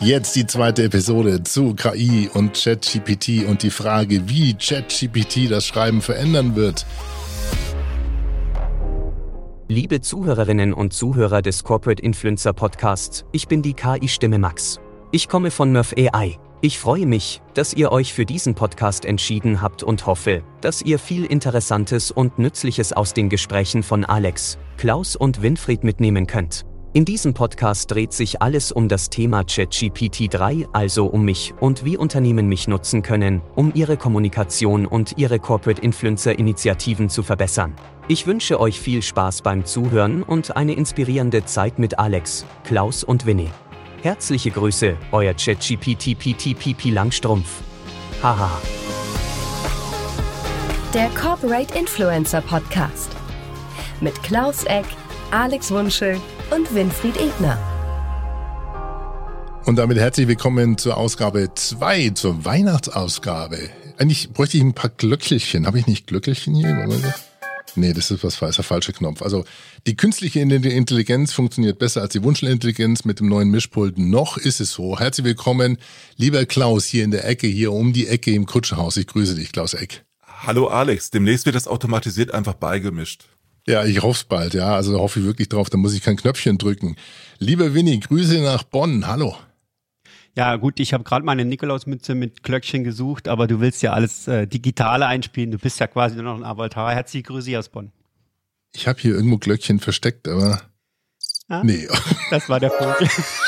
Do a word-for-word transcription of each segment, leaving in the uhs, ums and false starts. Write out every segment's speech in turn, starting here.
Jetzt die zweite Episode zu K I und ChatGPT und die Frage, wie ChatGPT das Schreiben verändern wird. Liebe Zuhörerinnen und Zuhörer des Corporate Influencer Podcasts, ich bin die K I-Stimme Max. Ich komme von Murph A I. Ich freue mich, dass ihr euch für diesen Podcast entschieden habt und hoffe, dass ihr viel Interessantes und Nützliches aus den Gesprächen von Alex, Klaus und Winfried mitnehmen könnt. In diesem Podcast dreht sich alles um das Thema ChatGPT drei, also um mich und wie Unternehmen mich nutzen können, um ihre Kommunikation und ihre Corporate Influencer Initiativen zu verbessern. Ich wünsche euch viel Spaß beim Zuhören und eine inspirierende Zeit mit Alex, Klaus und Winnie. Herzliche Grüße, euer ChatGPT P T P P Langstrumpf. Haha. Der Corporate Influencer Podcast mit Klaus Eck, Alex Wunschel und Winfried Ebner. Und damit herzlich willkommen zur Ausgabe zwei, zur Weihnachtsausgabe. Eigentlich bräuchte ich ein paar Glöckelchen. Habe ich nicht Glöckelchen hier? Nee, das ist was falsch, der falsche Knopf. Also die künstliche Intelligenz funktioniert besser als die Wunschelintelligenz mit dem neuen Mischpult. Noch ist es so. Herzlich willkommen, lieber Klaus, hier in der Ecke, hier um die Ecke im Kutschenhaus. Ich grüße dich, Klaus Eck. Hallo Alex, demnächst wird das automatisiert einfach beigemischt. Ja, ich hoffe es bald, ja. Also hoffe ich wirklich drauf, da muss ich kein Knöpfchen drücken. Lieber Winnie, Grüße nach Bonn. Hallo. Ja gut, ich habe gerade meine Nikolausmütze mit Glöckchen gesucht, aber du willst ja alles äh, Digitale einspielen. Du bist ja quasi nur noch ein Avatar. Herzliche Grüße aus Bonn. Ich habe hier irgendwo Glöckchen versteckt, aber ah, nee. Das war der Vogel.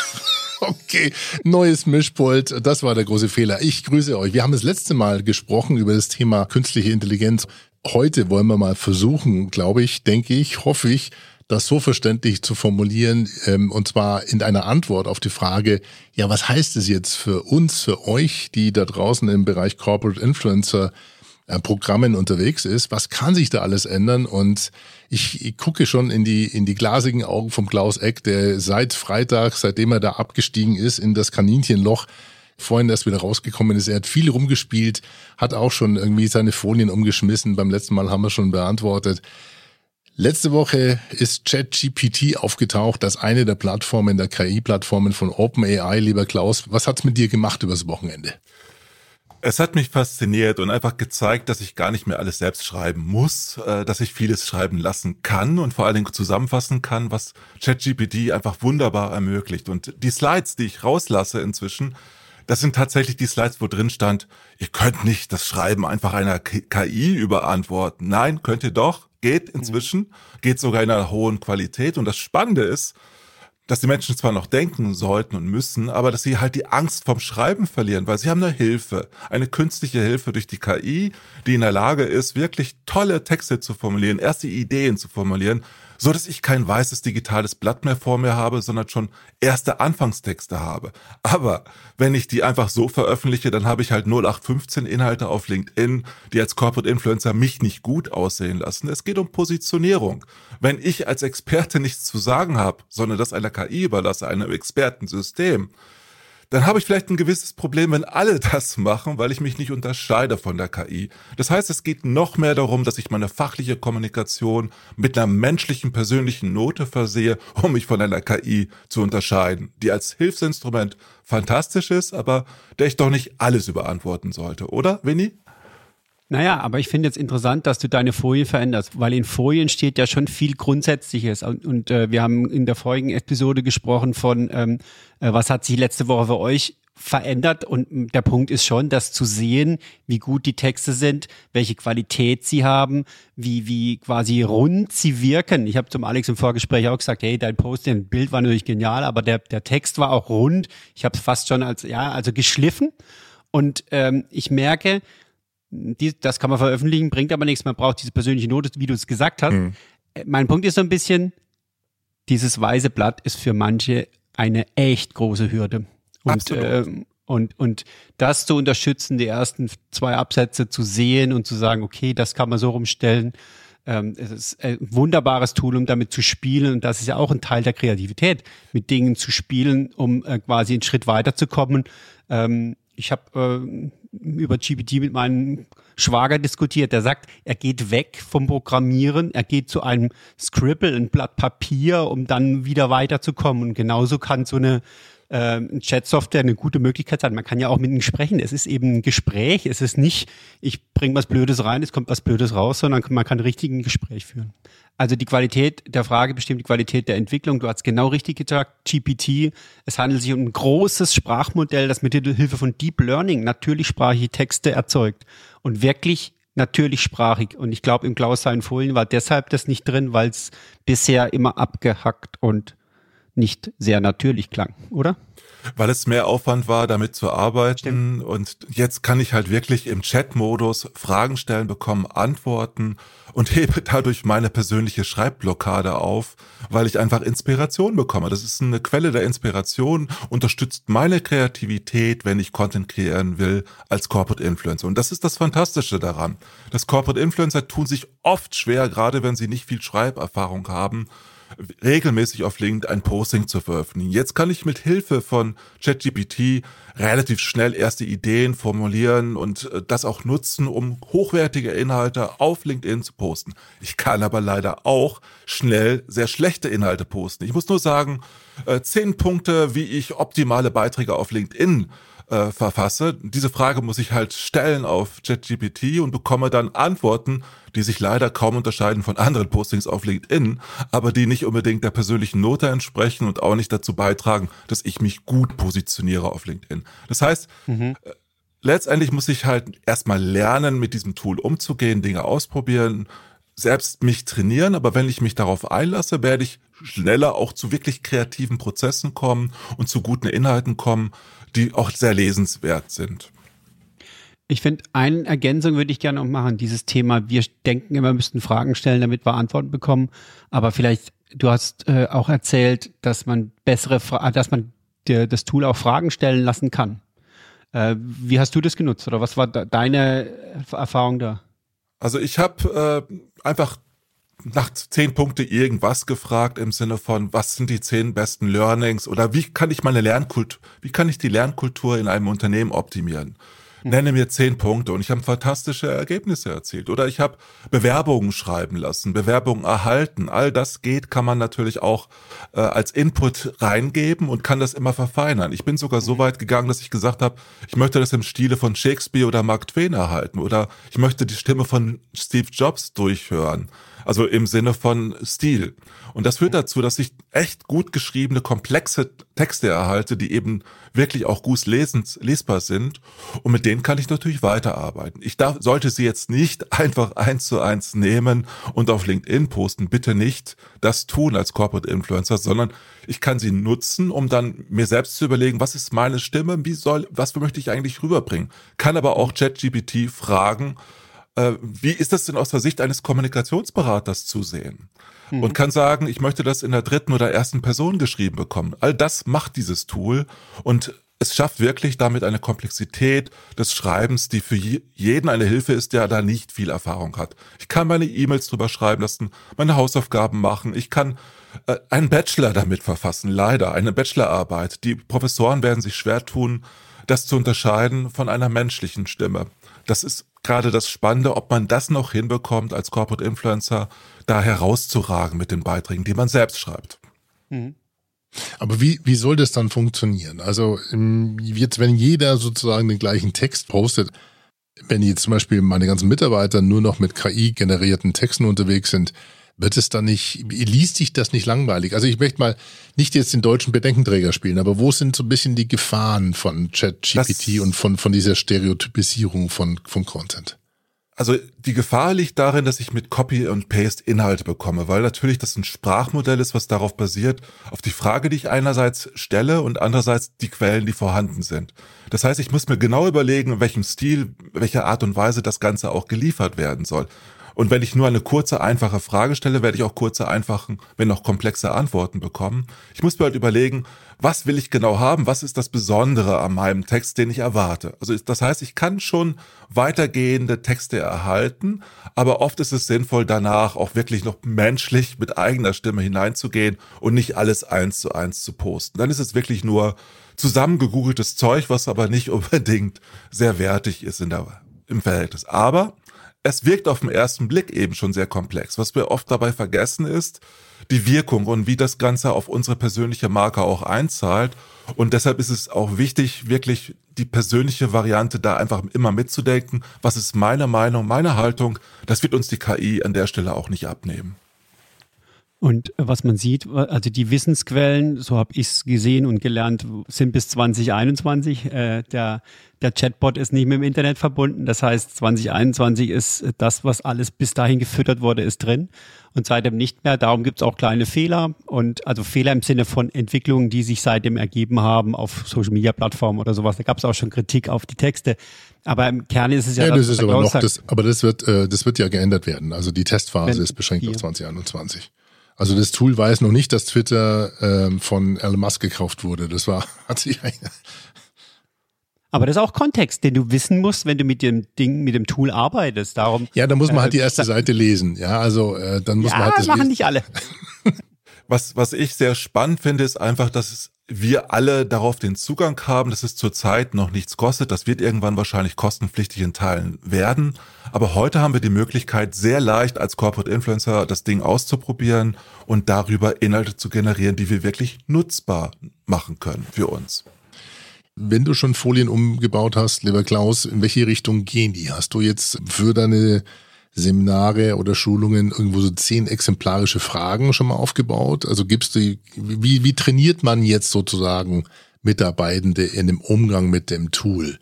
Okay, neues Mischpult, das war der große Fehler. Ich grüße euch. Wir haben das letzte Mal gesprochen über das Thema künstliche Intelligenz. Heute wollen wir mal versuchen, glaube ich, denke ich, hoffe ich, das so verständlich zu formulieren, ähm, und zwar in einer Antwort auf die Frage, ja, was heißt es jetzt für uns, für euch, die da draußen im Bereich Corporate Influencer äh, Programmen unterwegs ist, was kann sich da alles ändern? Und ich, ich gucke schon in die in die glasigen Augen vom Klaus Eck, der seit Freitag, seitdem er da abgestiegen ist in das Kaninchenloch, vorhin erst wieder rausgekommen ist. Er hat viel rumgespielt, hat auch schon irgendwie seine Folien umgeschmissen. Beim letzten Mal haben wir schon beantwortet. Letzte Woche ist ChatGPT aufgetaucht, das eine der Plattformen, der K I-Plattformen von OpenAI. Lieber Klaus, was hat's mit dir gemacht übers Wochenende? Es hat mich fasziniert und einfach gezeigt, dass ich gar nicht mehr alles selbst schreiben muss, dass ich vieles schreiben lassen kann und vor allen Dingen zusammenfassen kann, was ChatGPT einfach wunderbar ermöglicht. Und die Slides, die ich rauslasse inzwischen, das sind tatsächlich die Slides, wo drin stand, ihr könnt nicht das Schreiben einfach einer K I überantworten. Nein, könnt ihr doch, geht inzwischen, geht sogar in einer hohen Qualität. Und das Spannende ist, dass die Menschen zwar noch denken sollten und müssen, aber dass sie halt die Angst vom Schreiben verlieren, weil sie haben eine Hilfe, eine künstliche Hilfe durch die K I, die in der Lage ist, wirklich tolle Texte zu formulieren, erste Ideen zu formulieren, so dass ich kein weißes digitales Blatt mehr vor mir habe, sondern schon erste Anfangstexte habe. Aber wenn ich die einfach so veröffentliche, dann habe ich halt null acht fünfzehn Inhalte auf LinkedIn, die als Corporate Influencer mich nicht gut aussehen lassen. Es geht um Positionierung. Wenn ich als Experte nichts zu sagen habe, sondern das einer K I überlasse, einem Expertensystem, dann habe ich vielleicht ein gewisses Problem, wenn alle das machen, weil ich mich nicht unterscheide von der K I. Das heißt, es geht noch mehr darum, dass ich meine fachliche Kommunikation mit einer menschlichen, persönlichen Note versehe, um mich von einer K I zu unterscheiden, die als Hilfsinstrument fantastisch ist, aber der ich doch nicht alles überantworten sollte, oder, Winnie? Naja, aber ich finde jetzt interessant, dass du deine Folie veränderst, weil in Folien steht ja schon viel Grundsätzliches. Und, und äh, wir haben in der vorigen Episode gesprochen von, ähm, äh, was hat sich letzte Woche für euch verändert. Und der Punkt ist schon, das zu sehen, wie gut die Texte sind, welche Qualität sie haben, wie wie quasi rund sie wirken. Ich habe zum Alex im Vorgespräch auch gesagt, hey, dein Post, dein Bild war natürlich genial, aber der der Text war auch rund. Ich habe es fast schon als, ja, also geschliffen. Und ähm, ich merke, Die, das kann man veröffentlichen, bringt aber nichts. Man braucht diese persönliche Note, wie du es gesagt hast. Mhm. Mein Punkt ist so ein bisschen, dieses weiße Blatt ist für manche eine echt große Hürde. Und, äh, und, und das zu unterstützen, die ersten zwei Absätze zu sehen und zu sagen, okay, das kann man so rumstellen. Ähm, es ist ein wunderbares Tool, um damit zu spielen. Und das ist ja auch ein Teil der Kreativität, mit Dingen zu spielen, um äh, quasi einen Schritt weiterzukommen. Ähm, ich habe äh, über G P T mit meinem Schwager diskutiert. Der sagt, er geht weg vom Programmieren, er geht zu einem Scribble, ein Blatt Papier, um dann wieder weiterzukommen. Und genauso kann so eine ähm, Chat-Software eine gute Möglichkeit sein. Man kann ja auch mit ihnen sprechen. Es ist eben ein Gespräch. Es ist nicht, ich bringe was Blödes rein, es kommt was Blödes raus, sondern man kann richtig ein Gespräch führen. Also die Qualität der Frage bestimmt die Qualität der Entwicklung. Du hast genau richtig gesagt, G P T. Es handelt sich um ein großes Sprachmodell, das mit Hilfe von Deep Learning natürlichsprachige Texte erzeugt und wirklich natürlichsprachig. Und ich glaube, im Klaus seinen Folien war deshalb das nicht drin, weil es bisher immer abgehackt und nicht sehr natürlich klang, oder? Weil es mehr Aufwand war, damit zu arbeiten. Stimmt. Und jetzt kann ich halt wirklich im Chat-Modus Fragen stellen, bekommen Antworten und hebe dadurch meine persönliche Schreibblockade auf, weil ich einfach Inspiration bekomme. Das ist eine Quelle der Inspiration, unterstützt meine Kreativität, wenn ich Content kreieren will als Corporate Influencer. Und das ist das Fantastische daran. Das Corporate Influencer tun sich oft schwer, gerade wenn sie nicht viel Schreiberfahrung haben, regelmäßig auf LinkedIn ein Posting zu veröffentlichen. Jetzt kann ich mit Hilfe von ChatGPT relativ schnell erste Ideen formulieren und das auch nutzen, um hochwertige Inhalte auf LinkedIn zu posten. Ich kann aber leider auch schnell sehr schlechte Inhalte posten. Ich muss nur sagen, zehn Punkte, wie ich optimale Beiträge auf LinkedIn Äh, verfasse. Diese Frage muss ich halt stellen auf ChatGPT und bekomme dann Antworten, die sich leider kaum unterscheiden von anderen Postings auf LinkedIn, aber die nicht unbedingt der persönlichen Note entsprechen und auch nicht dazu beitragen, dass ich mich gut positioniere auf LinkedIn. Das heißt, mhm. äh, letztendlich muss ich halt erstmal lernen, mit diesem Tool umzugehen, Dinge ausprobieren, selbst mich trainieren, aber wenn ich mich darauf einlasse, werde ich schneller auch zu wirklich kreativen Prozessen kommen und zu guten Inhalten kommen, die auch sehr lesenswert sind. Ich finde, eine Ergänzung würde ich gerne noch machen. Dieses Thema, wir denken immer, wir müssten Fragen stellen, damit wir Antworten bekommen. Aber vielleicht, du hast äh, auch erzählt, dass man bessere, Fra- dass man dir das Tool auch Fragen stellen lassen kann. Äh, wie hast du das genutzt oder was war da deine Erfahrung da? Also ich habe äh, einfach nach zehn Punkte irgendwas gefragt im Sinne von, was sind die zehn besten Learnings oder wie kann ich meine Lernkultur, wie kann ich die Lernkultur in einem Unternehmen optimieren? Nenne mir zehn Punkte und ich habe fantastische Ergebnisse erzielt. Oder ich habe Bewerbungen schreiben lassen, Bewerbungen erhalten. All das geht, kann man natürlich auch äh, als Input reingeben und kann das immer verfeinern. Ich bin sogar so weit gegangen, dass ich gesagt habe, ich möchte das im Stile von Shakespeare oder Mark Twain erhalten. Oder ich möchte die Stimme von Steve Jobs durchhören. Also im Sinne von Stil. Und das führt dazu, dass ich echt gut geschriebene, komplexe Texte erhalte, die eben wirklich auch gut lesens, lesbar sind. Und mit denen kann ich natürlich weiterarbeiten. Ich darf, sollte sie jetzt nicht einfach eins zu eins nehmen und auf LinkedIn posten. Bitte nicht das tun als Corporate Influencer, sondern ich kann sie nutzen, um dann mir selbst zu überlegen, was ist meine Stimme, wie soll, was möchte ich eigentlich rüberbringen. Kann aber auch ChatGPT fragen, wie ist das denn aus der Sicht eines Kommunikationsberaters zu sehen? Mhm. Und kann sagen, ich möchte das in der dritten oder ersten Person geschrieben bekommen. All das macht dieses Tool und es schafft wirklich damit eine Komplexität des Schreibens, die für jeden eine Hilfe ist, der da nicht viel Erfahrung hat. Ich kann meine E-Mails drüber schreiben lassen, meine Hausaufgaben machen, ich kann äh, einen Bachelor damit verfassen, leider, eine Bachelorarbeit. Die Professoren werden sich schwer tun, das zu unterscheiden von einer menschlichen Stimme. Das ist gerade das Spannende, ob man das noch hinbekommt, als Corporate Influencer da herauszuragen mit den Beiträgen, die man selbst schreibt. Mhm. Aber wie, wie soll das dann funktionieren? Also jetzt, wenn jeder sozusagen den gleichen Text postet, wenn jetzt zum Beispiel meine ganzen Mitarbeiter nur noch mit K I-generierten Texten unterwegs sind, wird es dann nicht, liest sich das nicht langweilig? Also ich möchte mal nicht jetzt den deutschen Bedenkenträger spielen, aber wo sind so ein bisschen die Gefahren von ChatGPT und von, von dieser Stereotypisierung von, von Content? Also die Gefahr liegt darin, dass ich mit Copy und Paste Inhalte bekomme, weil natürlich das ein Sprachmodell ist, was darauf basiert, auf die Frage, die ich einerseits stelle und andererseits die Quellen, die vorhanden sind. Das heißt, ich muss mir genau überlegen, in welchem Stil, welcher Art und Weise das Ganze auch geliefert werden soll. Und wenn ich nur eine kurze, einfache Frage stelle, werde ich auch kurze, einfache, wenn auch komplexe Antworten bekommen. Ich muss mir halt überlegen, was will ich genau haben? Was ist das Besondere an meinem Text, den ich erwarte? Also das heißt, ich kann schon weitergehende Texte erhalten, aber oft ist es sinnvoll, danach auch wirklich noch menschlich mit eigener Stimme hineinzugehen und nicht alles eins zu eins zu posten. Dann ist es wirklich nur zusammengegoogeltes Zeug, was aber nicht unbedingt sehr wertig ist in der, im Verhältnis. Aber es wirkt auf den ersten Blick eben schon sehr komplex. Was wir oft dabei vergessen ist, die Wirkung und wie das Ganze auf unsere persönliche Marke auch einzahlt. Und deshalb ist es auch wichtig, wirklich die persönliche Variante da einfach immer mitzudenken. Was ist meine Meinung, meine Haltung? Das wird uns die K I an der Stelle auch nicht abnehmen. Und was man sieht, also die Wissensquellen, so habe ich es gesehen und gelernt, sind bis zwanzig einundzwanzig. Äh, der, der Chatbot ist nicht mit dem Internet verbunden. Das heißt, zwanzig einundzwanzig ist das, was alles bis dahin gefüttert wurde, ist drin. Und seitdem nicht mehr. Darum gibt es auch kleine Fehler. Und also Fehler im Sinne von Entwicklungen, die sich seitdem ergeben haben auf Social-Media-Plattformen oder sowas. Da gab es auch schon Kritik auf die Texte. Aber im Kern ist es ja, ja das, das ist aber noch, das, aber das wird, äh, das wird ja geändert werden. Also die Testphase ist beschränkt auf zwanzig einundzwanzig. Also das Tool weiß noch nicht, dass Twitter ähm, von Elon Musk gekauft wurde. Das war, hat sich Aber das ist auch Kontext, den du wissen musst, wenn du mit dem Ding, mit dem Tool arbeitest. Darum. Ja, dann muss man äh, halt die erste Seite lesen. Ja, also äh, dann muss ja, man halt das machen lesen. nicht alle. Was, was ich sehr spannend finde, ist einfach, dass wir alle darauf den Zugang haben, dass es zurzeit noch nichts kostet. Das wird irgendwann wahrscheinlich kostenpflichtig in Teilen werden. Aber heute haben wir die Möglichkeit, sehr leicht als Corporate Influencer das Ding auszuprobieren und darüber Inhalte zu generieren, die wir wirklich nutzbar machen können für uns. Wenn du schon Folien umgebaut hast, lieber Klaus, in welche Richtung gehen die? Hast du jetzt für deine Seminare oder Schulungen irgendwo so zehn exemplarische Fragen schon mal aufgebaut? Also gibst du, wie, wie trainiert man jetzt sozusagen Mitarbeitende in dem Umgang mit dem Tool?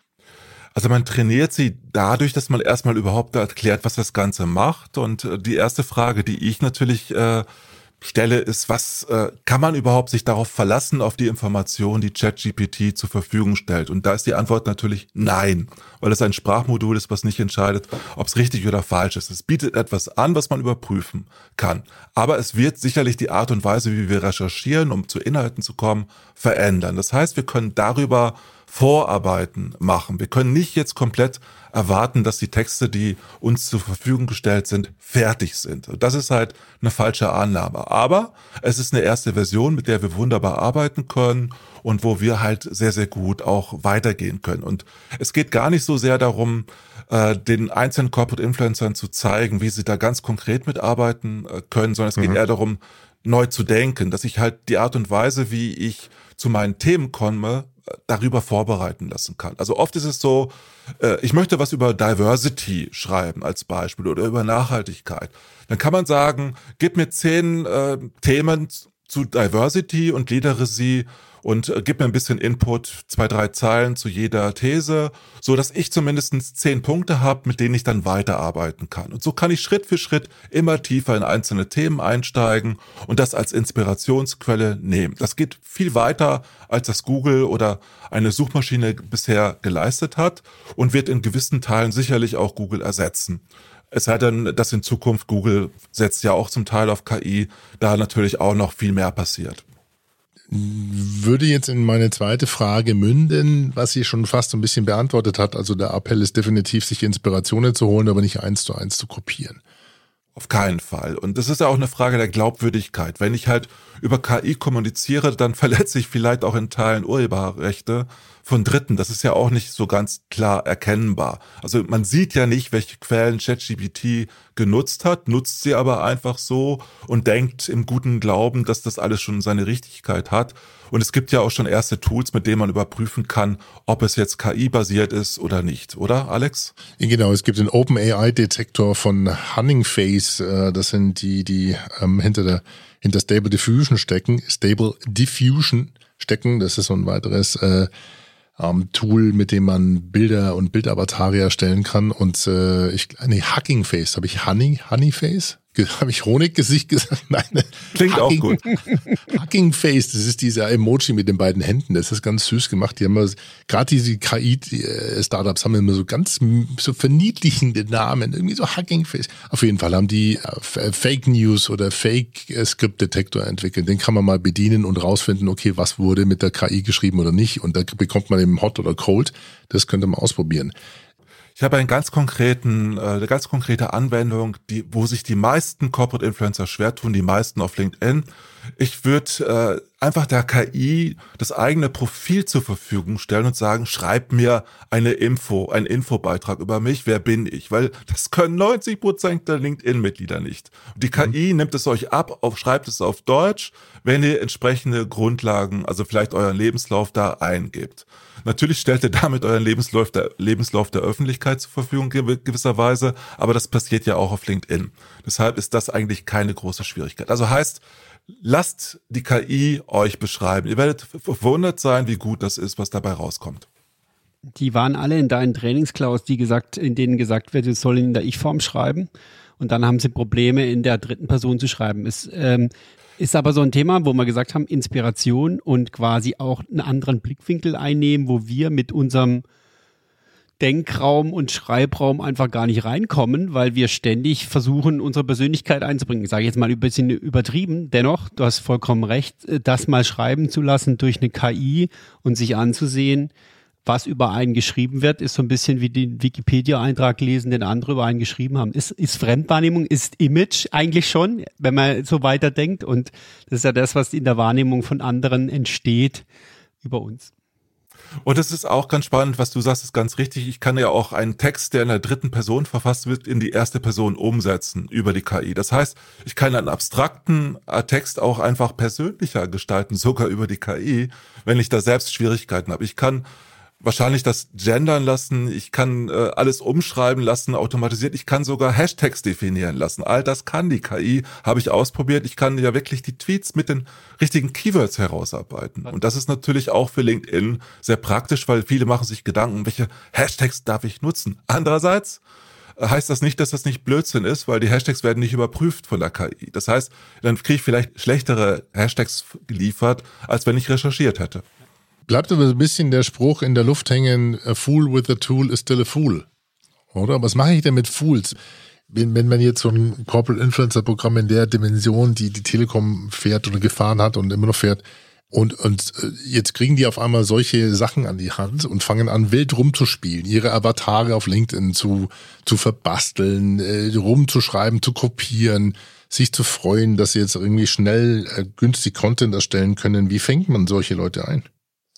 Also man trainiert sie dadurch, dass man erstmal überhaupt erklärt, was das Ganze macht. Und die erste Frage, die ich natürlich äh, stelle, ist, was äh, kann man überhaupt sich darauf verlassen, auf die Information, die ChatGPT zur Verfügung stellt? Und da ist die Antwort natürlich nein, weil es ein Sprachmodul ist, was nicht entscheidet, ob es richtig oder falsch ist. Es bietet etwas an, was man überprüfen kann. Aber es wird sicherlich die Art und Weise, wie wir recherchieren, um zu Inhalten zu kommen, verändern. Das heißt, wir können darüber Vorarbeiten machen. Wir können nicht jetzt komplett erwarten, dass die Texte, die uns zur Verfügung gestellt sind, fertig sind. Das ist halt eine falsche Annahme. Aber es ist eine erste Version, mit der wir wunderbar arbeiten können und wo wir halt sehr, sehr gut auch weitergehen können. Und es geht gar nicht so sehr darum, den einzelnen Corporate Influencern zu zeigen, wie sie da ganz konkret mitarbeiten können, sondern es geht mhm. eher darum, neu zu denken, dass ich halt die Art und Weise, wie ich zu meinen Themen komme, darüber vorbereiten lassen kann. Also oft ist es so, ich möchte was über Diversity schreiben als Beispiel oder über Nachhaltigkeit. Dann kann man sagen, gib mir zehn äh, Themen zu Diversity und gliedere sie und äh, gib mir ein bisschen Input, zwei, drei Zeilen zu jeder These, so dass ich zumindest zehn Punkte habe, mit denen ich dann weiterarbeiten kann. Und so kann ich Schritt für Schritt immer tiefer in einzelne Themen einsteigen und das als Inspirationsquelle nehmen. Das geht viel weiter, als das Google oder eine Suchmaschine bisher geleistet hat und wird in gewissen Teilen sicherlich auch Google ersetzen. Es sei denn, dass in Zukunft Google setzt ja auch zum Teil auf K I, da natürlich auch noch viel mehr passiert. Würde jetzt in meine zweite Frage münden, was sie schon fast so ein bisschen beantwortet hat. Also der Appell ist definitiv, sich Inspirationen zu holen, aber nicht eins zu eins zu kopieren. Auf keinen Fall. Und das ist ja auch eine Frage der Glaubwürdigkeit. Wenn ich halt über K I kommuniziere, dann verletze ich vielleicht auch in Teilen Urheberrechte von Dritten. Das ist ja auch nicht so ganz klar erkennbar. Also man sieht ja nicht, welche Quellen ChatGPT genutzt hat, nutzt sie aber einfach so und denkt im guten Glauben, dass das alles schon seine Richtigkeit hat. Und es gibt ja auch schon erste Tools, mit denen man überprüfen kann, ob es jetzt K I-basiert ist oder nicht, oder Alex? Ja, genau, es gibt den OpenAI-Detektor von Hugging Face. Das sind die, die ähm, hinter der hinter Stable Diffusion stecken. Stable Diffusion stecken, das ist so ein weiteres äh, ähm, Tool, mit dem man Bilder und Bildavatare erstellen kann. Und äh, ich, nee, Hugging Face, habe ich Honey, Honey Face? Habe ich Honiggesicht gesagt? Nein. Klingt Hugging, auch gut. Hugging Face, das ist dieser Emoji mit den beiden Händen. Das ist ganz süß gemacht. Die haben immer, gerade diese K I-Startups haben immer so ganz so verniedlichende Namen. Irgendwie so Hugging Face. Auf jeden Fall haben die Fake News oder Fake Script Detektor entwickelt. Den kann man mal bedienen und rausfinden, okay, was wurde mit der K I geschrieben oder nicht. Und da bekommt man eben Hot oder Cold. Das könnte man ausprobieren. Ich habe einen ganz konkreten, eine ganz konkrete Anwendung, die, wo sich die meisten Corporate Influencer schwer tun, die meisten auf LinkedIn. Ich würde einfach der K I das eigene Profil zur Verfügung stellen und sagen, schreib mir eine Info, einen Infobeitrag über mich, wer bin ich? Weil das können neunzig Prozent der LinkedIn-Mitglieder nicht. Die K I mhm. nimmt es euch ab, auf, schreibt es auf Deutsch, wenn ihr entsprechende Grundlagen, also vielleicht euren Lebenslauf da eingebt. Natürlich stellt ihr damit euren Lebenslauf der, Lebenslauf der Öffentlichkeit zur Verfügung gewisserweise, aber das passiert ja auch auf LinkedIn. Deshalb ist das eigentlich keine große Schwierigkeit. Also heißt, lasst die K I euch beschreiben. Ihr werdet verwundert sein, wie gut das ist, was dabei rauskommt. Die waren alle in deinen Trainingsklaus, die gesagt, in denen gesagt wird, sie sollen in der Ich-Form schreiben. Und dann haben sie Probleme, in der dritten Person zu schreiben. Es ähm, ist aber so ein Thema, wo wir gesagt haben, Inspiration und quasi auch einen anderen Blickwinkel einnehmen, wo wir mit unserem Denkraum und Schreibraum einfach gar nicht reinkommen, weil wir ständig versuchen, unsere Persönlichkeit einzubringen. Ich sage jetzt mal ein bisschen übertrieben. Dennoch, du hast vollkommen recht, das mal schreiben zu lassen durch eine K I und sich anzusehen, was über einen geschrieben wird, ist so ein bisschen wie den Wikipedia-Eintrag lesen, den andere über einen geschrieben haben. Ist, ist Fremdwahrnehmung, ist Image eigentlich schon, wenn man so weiterdenkt. Und das ist ja das, was in der Wahrnehmung von anderen entsteht über uns. Und es ist auch ganz spannend, was du sagst, ist ganz richtig. Ich kann ja auch einen Text, der in der dritten Person verfasst wird, in die erste Person umsetzen über die K I. Das heißt, ich kann einen abstrakten Text auch einfach persönlicher gestalten, sogar über die K I, wenn ich da selbst Schwierigkeiten habe. Ich kann wahrscheinlich das gendern lassen, ich kann äh, alles umschreiben lassen, automatisiert, ich kann sogar Hashtags definieren lassen. All das kann die K I, habe ich ausprobiert. Ich kann ja wirklich die Tweets mit den richtigen Keywords herausarbeiten. Und das ist natürlich auch für LinkedIn sehr praktisch, weil viele machen sich Gedanken, welche Hashtags darf ich nutzen. Andererseits heißt das nicht, dass das nicht Blödsinn ist, weil die Hashtags werden nicht überprüft von der K I. Das heißt, dann kriege ich vielleicht schlechtere Hashtags geliefert, als wenn ich recherchiert hätte. Bleibt aber so ein bisschen der Spruch in der Luft hängen, a fool with a tool is still a fool. Oder? Was mache ich denn mit Fools? Wenn, wenn man jetzt so ein Corporate Influencer Programm in der Dimension, die die Telekom fährt oder gefahren hat und immer noch fährt, und, und jetzt kriegen die auf einmal solche Sachen an die Hand und fangen an, wild rumzuspielen, ihre Avatare auf LinkedIn zu, zu verbasteln, äh, rumzuschreiben, zu kopieren, sich zu freuen, dass sie jetzt irgendwie schnell äh, günstig Content erstellen können. Wie fängt man solche Leute ein?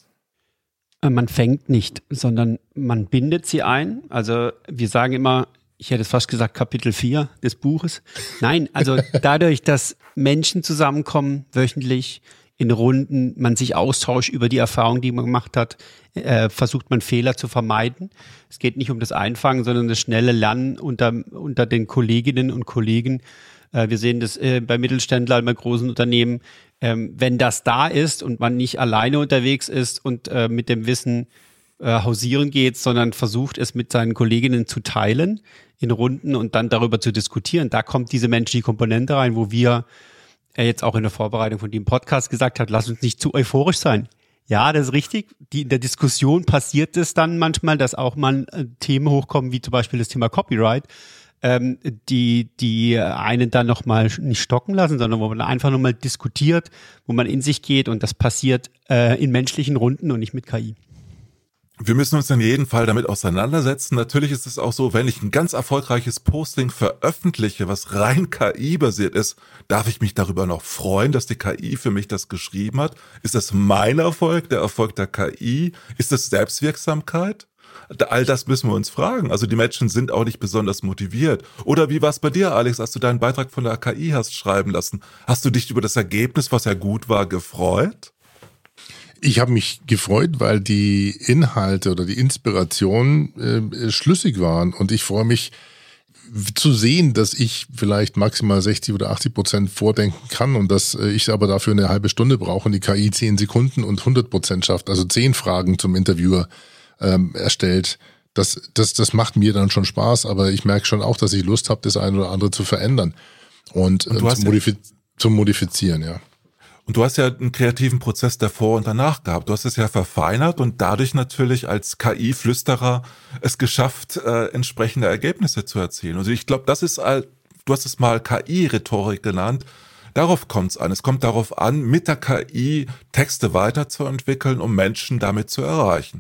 Man fängt nicht, sondern man bindet sie ein. Also wir sagen immer, ich hätte es fast gesagt, Kapitel vier des Buches. Nein, also dadurch, dass Menschen zusammenkommen, wöchentlich in Runden, man sich austauscht über die Erfahrung, die man gemacht hat, äh, versucht man Fehler zu vermeiden. Es geht nicht um das Einfangen, sondern das schnelle Lernen unter, unter den Kolleginnen und Kollegen. Äh, wir sehen das äh, bei Mittelständlern, bei großen Unternehmen. Ähm, wenn das da ist und man nicht alleine unterwegs ist und äh, mit dem Wissen äh, hausieren geht, sondern versucht es mit seinen Kolleginnen zu teilen in Runden und dann darüber zu diskutieren, da kommt diese menschliche Komponente rein, wo wir äh, jetzt auch in der Vorbereitung von dem Podcast gesagt hat, lass uns nicht zu euphorisch sein. Ja, das ist richtig. Die, in der Diskussion passiert es dann manchmal, dass auch mal äh, Themen hochkommen, wie zum Beispiel das Thema Copyright, Ähm, die die einen dann nochmal nicht stocken lassen, sondern wo man einfach nochmal diskutiert, wo man in sich geht und das passiert äh, in menschlichen Runden und nicht mit K I. Wir müssen uns in jedem Fall damit auseinandersetzen. Natürlich ist es auch so, wenn ich ein ganz erfolgreiches Posting veröffentliche, was rein K I-basiert ist, darf ich mich darüber noch freuen, dass die K I für mich das geschrieben hat? Ist das mein Erfolg, der Erfolg der K I? Ist das Selbstwirksamkeit? All das müssen wir uns fragen. Also die Menschen sind auch nicht besonders motiviert. Oder wie war es bei dir, Alex, als du deinen Beitrag von der K I hast schreiben lassen? Hast du dich über das Ergebnis, was ja gut war, gefreut? Ich habe mich gefreut, weil die Inhalte oder die Inspiration äh, schlüssig waren. Und ich freue mich zu sehen, dass ich vielleicht maximal sechzig oder achtzig Prozent vordenken kann und dass ich aber dafür eine halbe Stunde brauche und die K I zehn Sekunden und hundert Prozent schafft. Also zehn Fragen zum Interviewer ähm, erstellt. Das, das, das macht mir dann schon Spaß, aber ich merke schon auch, dass ich Lust habe, das eine oder andere zu verändern und, und äh, zu, modifiz- ja, zu modifizieren, ja. Und du hast ja einen kreativen Prozess davor und danach gehabt. Du hast es ja verfeinert und dadurch natürlich als K I-Flüsterer es geschafft, äh, entsprechende Ergebnisse zu erzielen. Also ich glaube, das ist, du hast es mal K I-Rhetorik genannt. Darauf kommt es an. Es kommt darauf an, mit der K I Texte weiterzuentwickeln, um Menschen damit zu erreichen.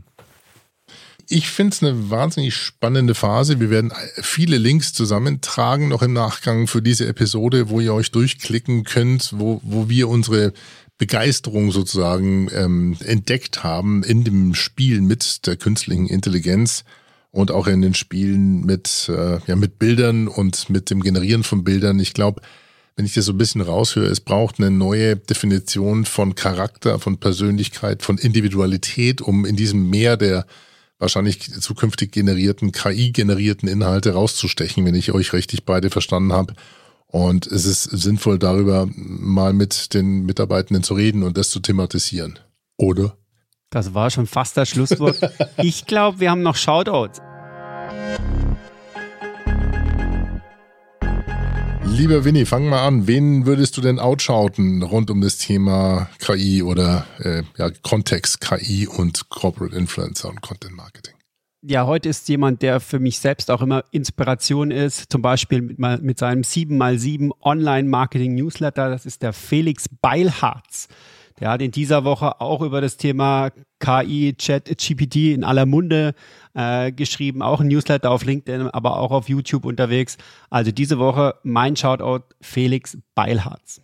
Ich finde es eine wahnsinnig spannende Phase. Wir werden viele Links zusammentragen noch im Nachgang für diese Episode, wo ihr euch durchklicken könnt, wo, wo wir unsere Begeisterung sozusagen ähm, entdeckt haben in dem Spiel mit der künstlichen Intelligenz und auch in den Spielen mit äh, ja mit Bildern und mit dem Generieren von Bildern. Ich glaube, wenn ich das so ein bisschen raushöre, es braucht eine neue Definition von Charakter, von Persönlichkeit, von Individualität, um in diesem Meer der wahrscheinlich zukünftig generierten, K I-generierten Inhalte rauszustechen, wenn ich euch richtig beide verstanden habe. Und es ist sinnvoll, darüber mal mit den Mitarbeitenden zu reden und das zu thematisieren. Oder? Das war schon fast das Schlusswort. Ich glaube, wir haben noch Shoutouts. Lieber Winnie, fang mal an. Wen würdest du denn outshouten rund um das Thema K I oder äh, ja, Kontext K I und Corporate Influencer und Content Marketing? Ja, heute ist jemand, der für mich selbst auch immer Inspiration ist, zum Beispiel mit, mit seinem sieben mal sieben Online-Marketing-Newsletter. Das ist der Felix Beilharz. Der hat in dieser Woche auch über das Thema K I, Chat, G P T in aller Munde äh, geschrieben. Auch ein Newsletter auf LinkedIn, aber auch auf YouTube unterwegs. Also diese Woche mein Shoutout, Felix Beilharz.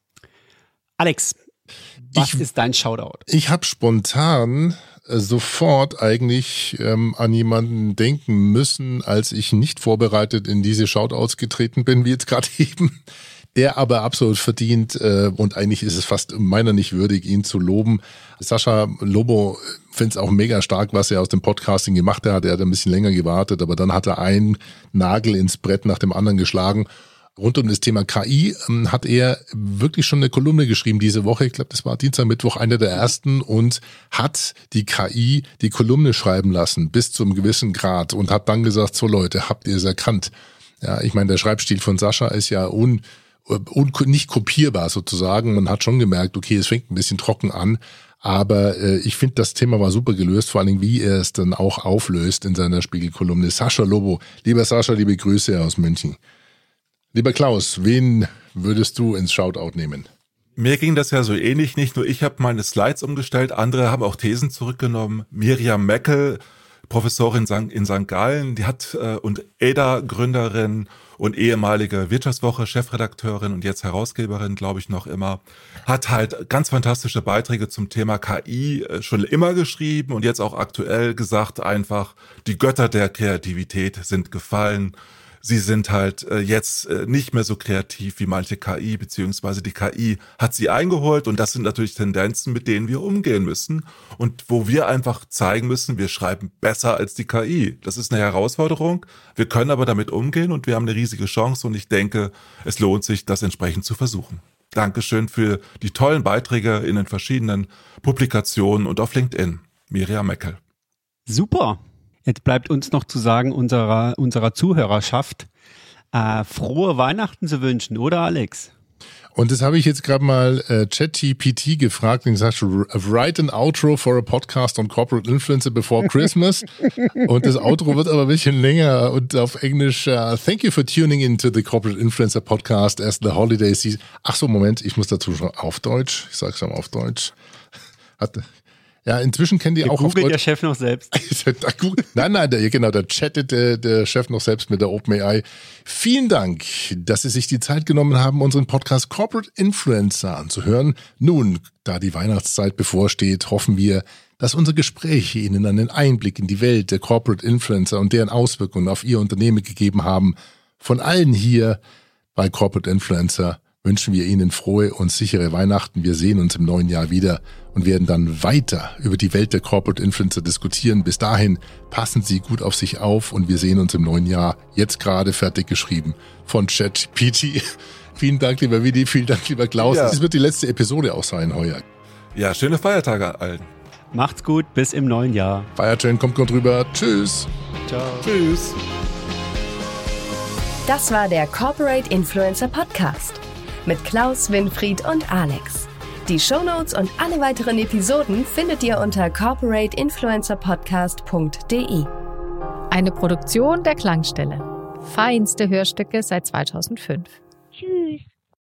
Alex, was ich, ist dein Shoutout? Ich habe spontan äh, sofort eigentlich ähm, an jemanden denken müssen, als ich nicht vorbereitet in diese Shoutouts getreten bin, wie jetzt gerade eben. Der aber absolut verdient äh, und eigentlich ist es fast meiner nicht würdig, ihn zu loben. Sascha Lobo findet es auch mega stark, was er aus dem Podcasting gemacht hat. Er hat ein bisschen länger gewartet, aber dann hat er einen Nagel ins Brett nach dem anderen geschlagen. Rund um das Thema K I ähm, hat er wirklich schon eine Kolumne geschrieben diese Woche. Ich glaube, das war Dienstag, Mittwoch, einer der ersten und hat die K I die Kolumne schreiben lassen bis zu einem gewissen Grad und hat dann gesagt, so Leute, habt ihr es erkannt? Ja, ich meine, der Schreibstil von Sascha ist ja un und nicht kopierbar sozusagen. Man hat schon gemerkt, okay, es fängt ein bisschen trocken an, aber äh, ich finde, das Thema war super gelöst, vor allen Dingen, wie er es dann auch auflöst in seiner Spiegelkolumne. Sascha Lobo, lieber Sascha, liebe Grüße aus München. Lieber Klaus, wen würdest du ins Shoutout nehmen? Mir ging das ja so ähnlich, nicht nur ich habe meine Slides umgestellt, andere haben auch Thesen zurückgenommen. Miriam Meckel, Professorin in Sankt Gallen, die hat äh, und A D A-Gründerin und ehemalige Wirtschaftswoche, Chefredakteurin und jetzt Herausgeberin, glaube ich noch immer, hat halt ganz fantastische Beiträge zum Thema K I schon immer geschrieben und jetzt auch aktuell gesagt einfach, die Götter der Kreativität sind gefallen. Sie sind halt äh, jetzt äh, nicht mehr so kreativ wie manche K I, beziehungsweise die K I hat sie eingeholt und das sind natürlich Tendenzen, mit denen wir umgehen müssen und wo wir einfach zeigen müssen, wir schreiben besser als die K I. Das ist eine Herausforderung, wir können aber damit umgehen und wir haben eine riesige Chance und ich denke, es lohnt sich, das entsprechend zu versuchen. Dankeschön für die tollen Beiträge in den verschiedenen Publikationen und auf LinkedIn. Miriam Meckel. Super. Jetzt bleibt uns noch zu sagen, unserer, unserer Zuhörerschaft äh, frohe Weihnachten zu wünschen, oder Alex? Und das habe ich jetzt gerade mal äh, ChatGPT gefragt und gesagt, write an outro for a podcast on corporate influencer before Christmas. Und das Outro wird aber ein bisschen länger und auf Englisch, uh, thank you for tuning into the corporate influencer podcast as the holiday season. Ach so, Moment, ich muss dazu schon auf Deutsch, ich sage es mal auf Deutsch. Hat, ja, inzwischen kennt ihr der auch auf Deutsch. der Chef noch selbst. nein, nein, der, genau, da chattet der, der Chef noch selbst mit der OpenAI. Vielen Dank, dass Sie sich die Zeit genommen haben, unseren Podcast Corporate Influencer anzuhören. Nun, da die Weihnachtszeit bevorsteht, hoffen wir, dass unsere Gespräche Ihnen einen Einblick in die Welt der Corporate Influencer und deren Auswirkungen auf Ihr Unternehmen gegeben haben. Von allen hier bei Corporate Influencer wünschen wir Ihnen frohe und sichere Weihnachten. Wir sehen uns im neuen Jahr wieder und werden dann weiter über die Welt der Corporate Influencer diskutieren. Bis dahin passen Sie gut auf sich auf und wir sehen uns im neuen Jahr. Jetzt gerade fertig geschrieben von ChatGPT. Vielen Dank, lieber Vidi, vielen Dank, lieber Klaus. Ja. Das wird die letzte Episode auch sein heuer. Ja, schöne Feiertage allen. Macht's gut, bis im neuen Jahr. Feiertschön, kommt gut rüber. Tschüss. Ciao. Tschüss. Das war der Corporate Influencer Podcast mit Klaus, Winfried und Alex. Die Shownotes und alle weiteren Episoden findet ihr unter corporate influencer podcast punkt de. Eine Produktion der Klangstelle. Feinste Hörstücke seit zweitausendfünf. Tschüss.